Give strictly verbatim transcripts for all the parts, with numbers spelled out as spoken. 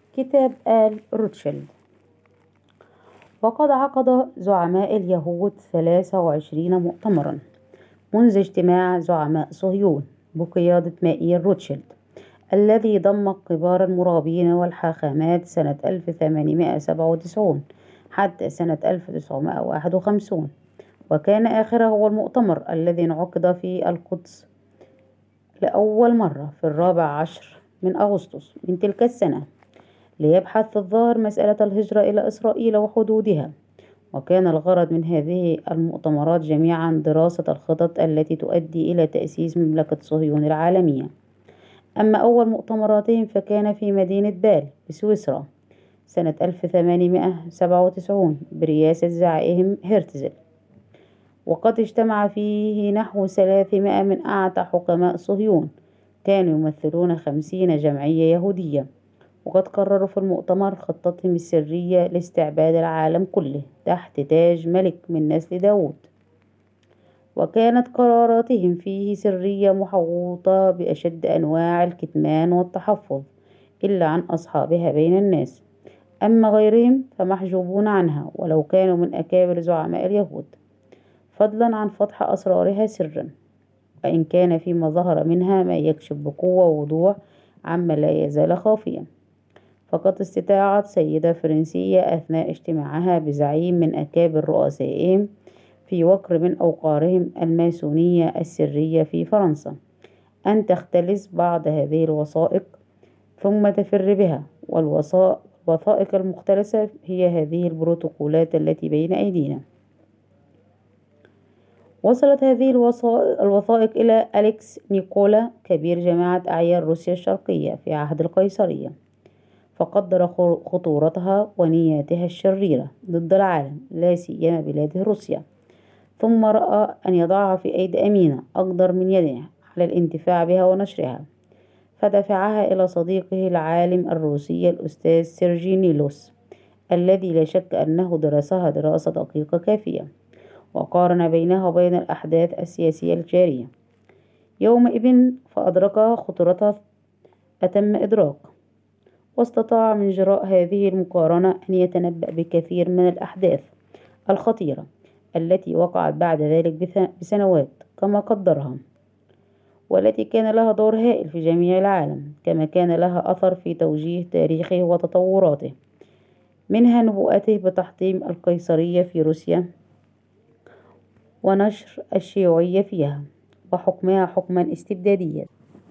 كتاب آل روتشيلد. وقد عقد زعماء اليهود ثلاثة وعشرين مؤتمرا منذ اجتماع زعماء صهيون بقيادة مائير روتشيلد الذي ضم كبار المرابين والحاخامات سنة ألف وثمانمائة وسبعة وتسعين حتى سنة ألف وتسعمائة وواحد وخمسين، وكان آخره هو المؤتمر الذي انعقد في القدس لأول مرة في الرابع عشر من أغسطس من تلك السنة ليبحث في الظاهر مسألة الهجرة إلى إسرائيل وحدودها. وكان الغرض من هذه المؤتمرات جميعا دراسة الخطط التي تؤدي إلى تأسيس مملكة صهيون العالمية. أما أول مؤتمراتهم فكان في مدينة بال بسويسرا سنة ألف وثمانمائة وسبعة وتسعين برئاسة زعيمهم هرتزل، وقد اجتمع فيه نحو ثلاثمائة من أعتى حكماء صهيون كانوا يمثلون خمسين جمعية يهودية، وقد قرروا في المؤتمر خطتهم السرية لاستعباد العالم كله تحت تاج ملك من نسل داود. وكانت قراراتهم فيه سرية محوطة بأشد أنواع الكتمان والتحفظ إلا عن أصحابها بين الناس، أما غيرهم فمحجوبون عنها ولو كانوا من أكابر زعماء اليهود، فضلا عن فتح أسرارها سرا، وإن كان فيما ظهر منها ما يكشف بقوة ووضوح عما لا يزال خافيا. فقد استطاعت سيدة فرنسية أثناء اجتماعها بزعيم من أكابر رؤسائهم في وقر من أوقارهم الماسونية السرية في فرنسا أن تختلس بعض هذه الوثائق ثم تفر بها. والوثائق المختلسة هي هذه البروتوكولات التي بين أيدينا. وصلت هذه الوثائق إلى أليكس نيكولا كبير جماعة أعيان روسيا الشرقية في عهد القيصرية، فقدر خطورتها ونياتها الشريرة ضد العالم لا سيما بلاده روسيا، ثم رأى أن يضعها في أيدي أمينة أقدر من يده على الانتفاع بها ونشرها، فدفعها إلى صديقه العالم الروسي الأستاذ سيرجي نيلوس الذي لا شك أنه درسها دراسة دقيقة كافية، وقارن بينها وبين الأحداث السياسية الجارية يومئذ فأدرك خطورتها أتم إدراك، واستطاع من جراء هذه المقارنة أن يتنبأ بكثير من الأحداث الخطيرة التي وقعت بعد ذلك بسنوات كما قدرها، والتي كان لها دور هائل في جميع العالم، كما كان لها أثر في توجيه تاريخه وتطوراته، منها نبوءته بتحطيم القيصرية في روسيا ونشر الشيوعية فيها وحكمها حكما استبداديا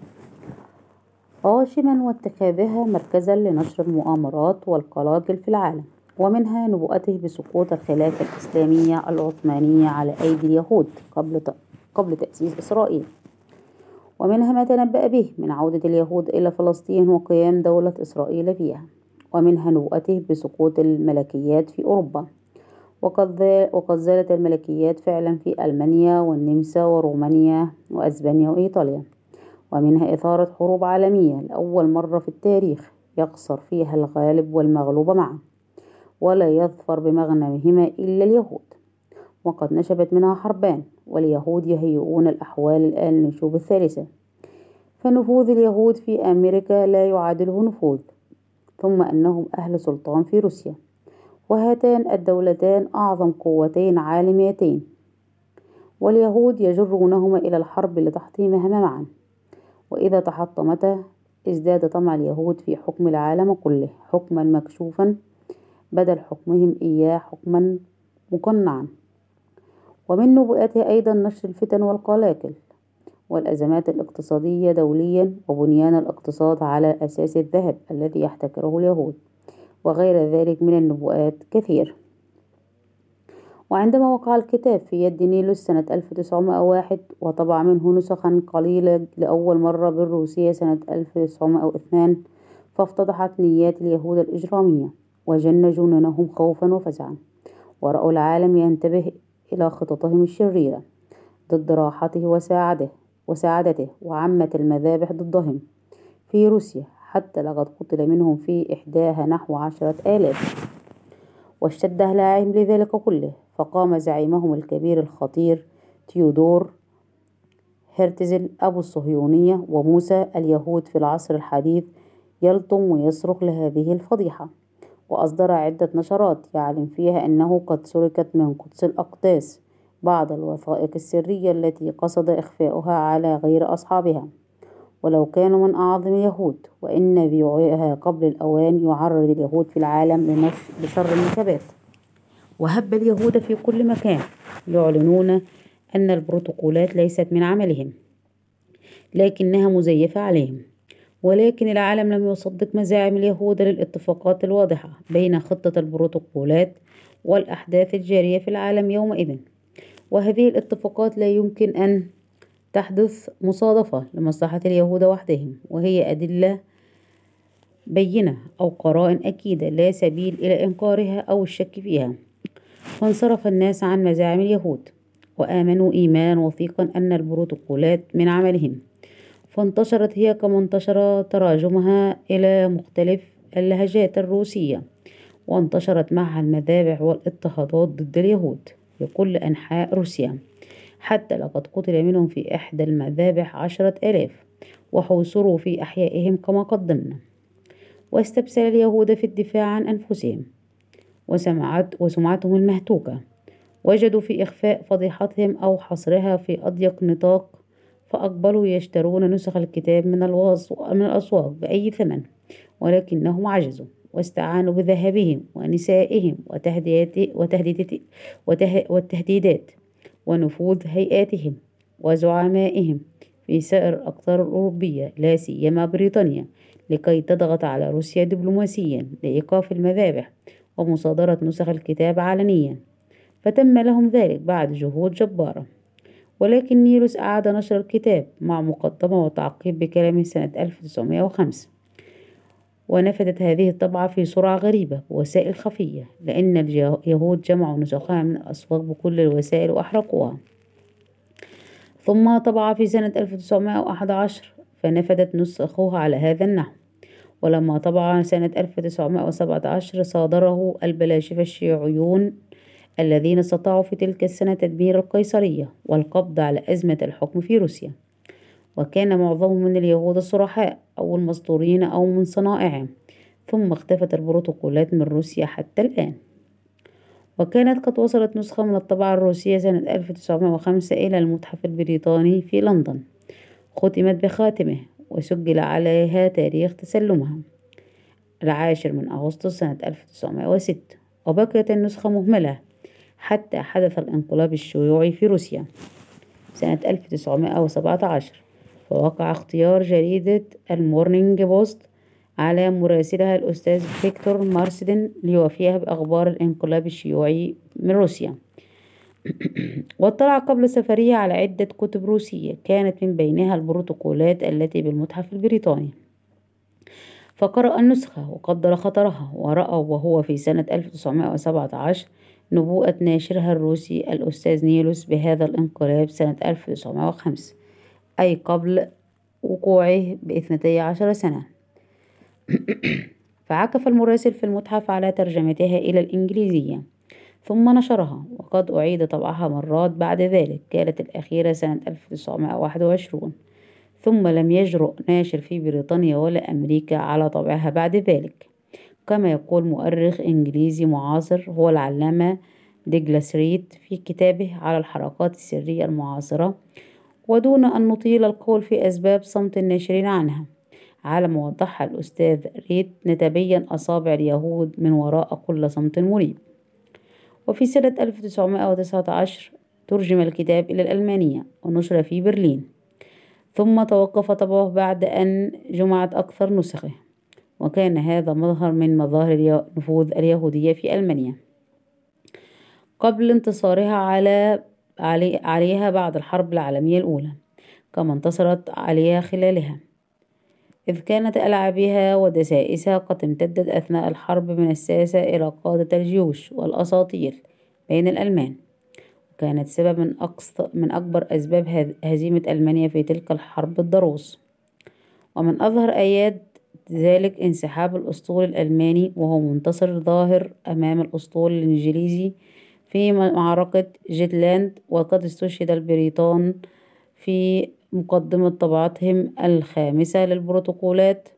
غاشما واتخاذها مركزا لنشر المؤامرات والقلاقل في العالم، ومنها نبوءته بسقوط الخلافة الإسلامية العثمانية على أيدي اليهود قبل قبل تأسيس إسرائيل، ومنها ما تنبأ به من عودة اليهود إلى فلسطين وقيام دولة إسرائيل فيها، ومنها نبوءته بسقوط الملكيات في أوروبا، وقد زالت الملكيات فعلا في ألمانيا والنمسا ورومانيا وأسبانيا وإيطاليا، ومنها إثارة حروب عالمية لأول مرة في التاريخ يخسر فيها الغالب والمغلوب معا ولا يظفر بمغنمهما إلا اليهود، وقد نشبت منها حربان واليهود يهيئون الأحوال الآن للنشوب الثالثة، فنفوذ اليهود في أمريكا لا يعادله نفوذ، ثم أنهم أهل سلطان في روسيا، وهاتان الدولتان أعظم قوتين عالميتين، واليهود يجرونهما إلى الحرب لتحطيمهما معا، وإذا تحطمتا ازداد طمع اليهود في حكم العالم كله حكما مكشوفا بدل حكمهم إياه حكما مقنعا. ومن نبوءته أيضا نشر الفتن والقلاقل والأزمات الاقتصادية دوليا وبنيان الاقتصاد على أساس الذهب الذي يحتكره اليهود، وغير ذلك من النبوءات كثير. وعندما وقع الكتاب في يد نيلوس سنة ألف وتسعمائة وواحد وطبع منه نسخا قليلة لأول مرة بالروسية سنة ألف وتسعمائة واثنين، فافتضحت نيات اليهود الإجرامية وجن جنونهم خوفا وفزعا، ورأوا العالم ينتبه إلى خططهم الشريرة ضد راحته وساعده وسعادته، وعمت المذابح ضدهم في روسيا حتى لقد قتل منهم في إحداها نحو عشرة آلاف، واشتد هلاعهم لذلك كله، فقام زعيمهم الكبير الخطير تيودور هرتزل أبو الصهيونية وموسى اليهود في العصر الحديث يلطم ويصرخ لهذه الفضيحة، وأصدر عدة نشرات يعلن فيها أنه قد سرقت من قدس الأقداس بعض الوثائق السرية التي قصد إخفاؤها على غير أصحابها ولو كانوا من أعظم اليهود، وإن ذيوعها قبل الأوان يعرض اليهود في العالم لنش- لشر النكبات. وهب اليهود في كل مكان يعلنون أن البروتوكولات ليست من عملهم لكنها مزيفة عليهم، ولكن العالم لم يصدق مزاعم اليهود للاتفاقات الواضحة بين خطة البروتوكولات والأحداث الجارية في العالم يومئذ. وهذه الاتفاقات لا يمكن أن تحدث مصادفة لمصلحة اليهود وحدهم، وهي أدلة بينة أو قرائن أكيدة لا سبيل إلى إنكارها أو الشك فيها. فانصرف الناس عن مزاعم اليهود وآمنوا إيمانا وثيقا أن البروتوكولات من عملهم، فانتشرت هي كما انتشر تراجمها إلى مختلف اللهجات الروسية، وانتشرت معها المذابح والاضطهادات ضد اليهود في كل أنحاء روسيا، حتى لقد قتل منهم في إحدى المذابح عشرة آلاف وحوصروا في أحيائهم كما قدمنا. واستبسل اليهود في الدفاع عن أنفسهم وسمعت وسمعتهم المهتوكة، وجدوا في إخفاء فضيحتهم أو حصرها في أضيق نطاق، فأقبلوا يشترون نسخ الكتاب من من الأسواق بأي ثمن، ولكنهم عجزوا واستعانوا بذهبهم ونسائهم والتهديدات ونفوذ هيئاتهم وزعمائهم في سائر الأقطار الأوروبية لا سيما بريطانيا لكي تضغط على روسيا دبلوماسيا لإيقاف المذابح ومصادرة نسخ الكتاب علنيا، فتم لهم ذلك بعد جهود جبارة. ولكن نيروس أعاد نشر الكتاب مع مقدمة وتعقيب بكلامه سنة ألف وتسعمائة وخمسة، ونفذت هذه الطبعة في سرعة غريبة بوسائل خفية، لأن اليهود جمعوا نسخها من الأسواق بكل الوسائل وأحرقوها. ثم طبع في سنة ألف وتسعمائة وأحد عشر فنفذت نسخه على هذا النحو. ولما طبع سنة ألف وتسعمائة وسبعة عشر صادره البلاشفة الشيوعيون الذين استطاعوا في تلك السنة تدمير القيصرية والقبض على أزمة الحكم في روسيا، وكان معظمهم من اليهود الصرحاء أو المصدورين أو من صنائعهم. ثم اختفت البروتوكولات من روسيا حتى الآن. وكانت قد وصلت نسخة من الطبعة الروسية سنة ألف وتسعمائة وخمسة إلى المتحف البريطاني في لندن، ختمت بخاتمه وسجل عليها تاريخ تسلمها العاشر من أغسطس سنة ألف وتسعمائة وستة، وبقيت النسخة مهملة حتى حدث الانقلاب الشيوعي في روسيا سنة ألف وتسعمائة وسبعة عشر، فوقع اختيار جريدة المورنينج بوست على مراسلها الأستاذ فيكتور مارسدن ليوافيها بأخبار الانقلاب الشيوعي من روسيا. واطلع قبل سفرية على عدة كتب روسية كانت من بينها البروتوكولات التي بالمتحف البريطاني، فقرأ النسخة وقدر خطرها، ورأى وهو في سنة ألف وتسعمائة وسبعة عشر نبوءة ناشرها الروسي الأستاذ نيلوس بهذا الانقلاب سنة ألف وتسعمائة وخمسة، أي قبل وقوعه باثنتي عشر سنة. فعكف المراسل في المتحف على ترجمتها إلى الإنجليزية ثم نشرها، وقد أعيد طبعها مرات بعد ذلك، كانت الأخيرة سنة ألف وتسعمائة وواحد وعشرين، ثم لم يجرؤ ناشر في بريطانيا ولا أمريكا على طبعها بعد ذلك. كما يقول مؤرخ إنجليزي معاصر هو العلامة ديغلاس ريد في كتابه على الحركات السرية المعاصرة، ودون أن نطيل القول في أسباب صمت الناشرين عنها، على ما وضحها الأستاذ ريد نتبين أصابع اليهود من وراء كل صمت مريب. وفي سنة ألف وتسعمائة وتسعة عشر ترجم الكتاب إلى الألمانية ونشر في برلين، ثم توقف طبعه بعد أن جمعت أكثر نسخه، وكان هذا مظهر من مظاهر نفوذ اليهودية في ألمانيا قبل انتصارها على علي عليها بعد الحرب العالمية الأولى، كما انتصرت عليها خلالها، إذ كانت ألعابها ودسائسها قد امتدت أثناء الحرب من الساسة إلى قادة الجيوش والأساطيل بين الألمان، وكانت سبب من, من أكبر أسباب هزيمة ألمانيا في تلك الحرب الضروس. ومن أظهر آيات ذلك انسحاب الأسطول الألماني وهو منتصر ظاهر أمام الأسطول الإنجليزي في معركة جيتلاند، وقد استشهد البريطان في مقدمة طبعتهم الخامسة للبروتوكولات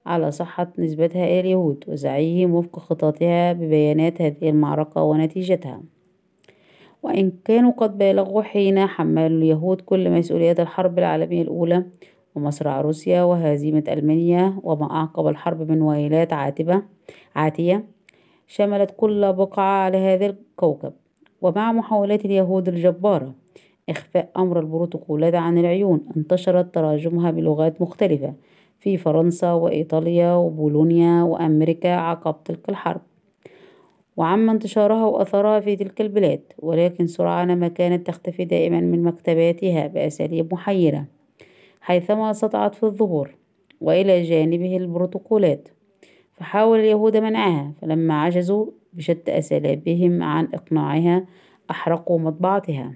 على صحة نسبتها إلى اليهود وسعيهم وفق خططها ببيانات هذه المعركة ونتيجتها. وإن كانوا قد بالغوا حين حملوا اليهود كل مسؤوليات الحرب العالمية الأولى ومصرع روسيا وهزيمة ألمانيا وما أعقب الحرب من ويلات عاتبة عاتية شملت كل بقعة على هذا الكوكب. ومع محاولات اليهود الجبارة إخفاء أمر البروتوكولات عن العيون انتشرت تراجمها بلغات مختلفة في فرنسا وإيطاليا وبولونيا وأمريكا عقب تلك الحرب، وعم انتشارها وأثرها في تلك البلاد، ولكن سرعان ما كانت تختفي دائما من مكتباتها بأساليب محيرة حيثما استطاعت في الظهور، وإلى جانبه البروتوكولات فحاول اليهود منعها، فلما عجزوا بشتى أساليبهم عن إقناعها أحرقوا مطبعتها.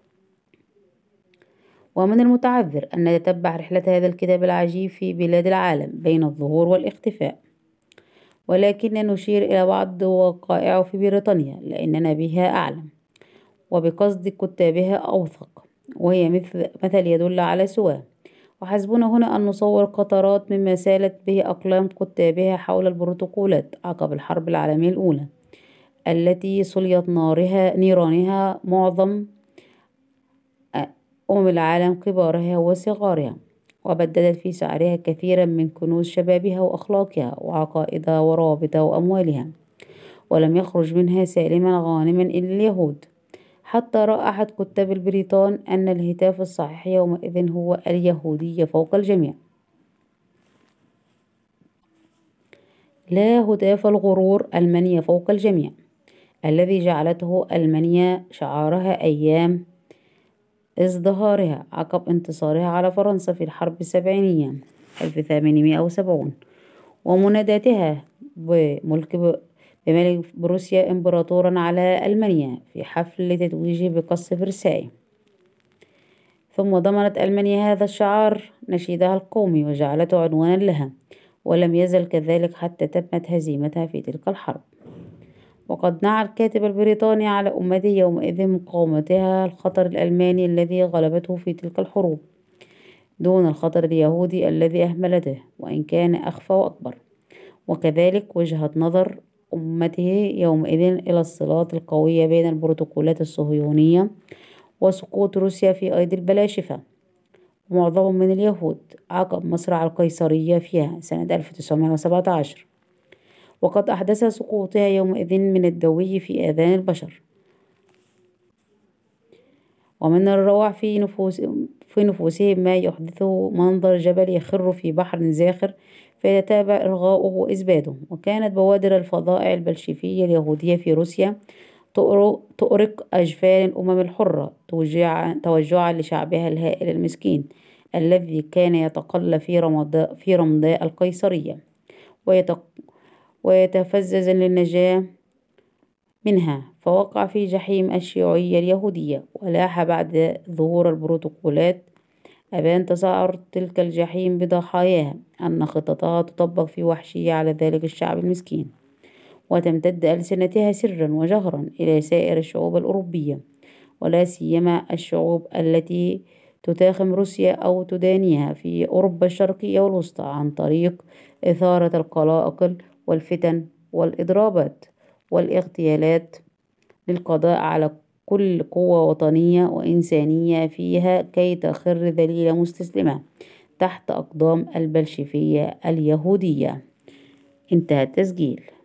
ومن المتعذر أن نتتبع رحلة هذا الكتاب العجيب في بلاد العالم بين الظهور والاختفاء، ولكن نشير إلى بعض وقائعه في بريطانيا لأننا بها أعلم وبقصد كتابها أوثق، وهي مثل, مثل يدل على سواه. وحسبنا هنا أن نصور قطرات مما سالت به أقلام كتابها حول البروتوكولات عقب الحرب العالمية الأولى التي صليت نارها نيرانها معظم أمم العالم كبارها وصغارها، وبددت في سعرها كثيرا من كنوز شبابها وأخلاقها وعقائدها وروابطها وأموالها، ولم يخرج منها سالما غانما إلا اليهود. حتى رأى أحد كتاب البريطان أن الهتاف الصحيح يومئذ هو اليهودية فوق الجميع، لا هتاف الغرور ألمانيا فوق الجميع الذي جعلته ألمانيا شعارها أيام ازدهارها عقب انتصارها على فرنسا في الحرب السبعينية ألف وثمانمائة وسبعين، ومناداتها بملك بملك بروسيا إمبراطورا على ألمانيا في حفل تتويجه بقصر فرساي. ثم ضمنت ألمانيا هذا الشعار نشيدها القومي وجعلته عنوانا لها، ولم يزل كذلك حتى تمت هزيمتها في تلك الحرب. وقد نعى الكاتب البريطاني على أمته يومئذ مقاومتها الخطر الألماني الذي غلبته في تلك الحروب دون الخطر اليهودي الذي أهملته وإن كان أخفى وأكبر. وكذلك وجهة نظر أمته يومئذ إلى الصلات القوية بين البروتوكولات الصهيونية وسقوط روسيا في أيدي البلاشفة ومعظمهم من اليهود عقب مصرع القيصرية فيها سنة ألف وتسعمائة وسبعة عشر، وقد أحدث سقوطها يومئذ من الدوي في آذان البشر. ومن الروع في نفوس في نفوسهم ما يحدثه منظر جبل يخر في بحر زاخر فيتابع إلغاؤه وإثباته. وكانت بوادر الفظائع البلشفية اليهودية في روسيا تؤرق أجفال الأمم الحرة توجعا لشعبها الهائل المسكين الذي كان يتقلى في رمضاء في رمضاء القيصرية ويتفزز للنجاة منها، فوقع في جحيم الشيوعية اليهودية. ولاح بعد ظهور البروتوكولات أبان تسعر تلك الجحيم بضحاياها أن خططها تطبق في وحشية على ذلك الشعب المسكين، وتمتد ألسنتها سرا وجهرا إلى سائر الشعوب الأوروبية ولا سيما الشعوب التي تتاخم روسيا أو تدانيها في أوروبا الشرقية والوسطى عن طريق إثارة القلاقل والفتن والإضرابات والاغتيالات للقضاء على كل قوة وطنية وإنسانية فيها كي تخر ذليلة مستسلمة تحت أقدام البلشفية اليهودية. انتهى التسجيل.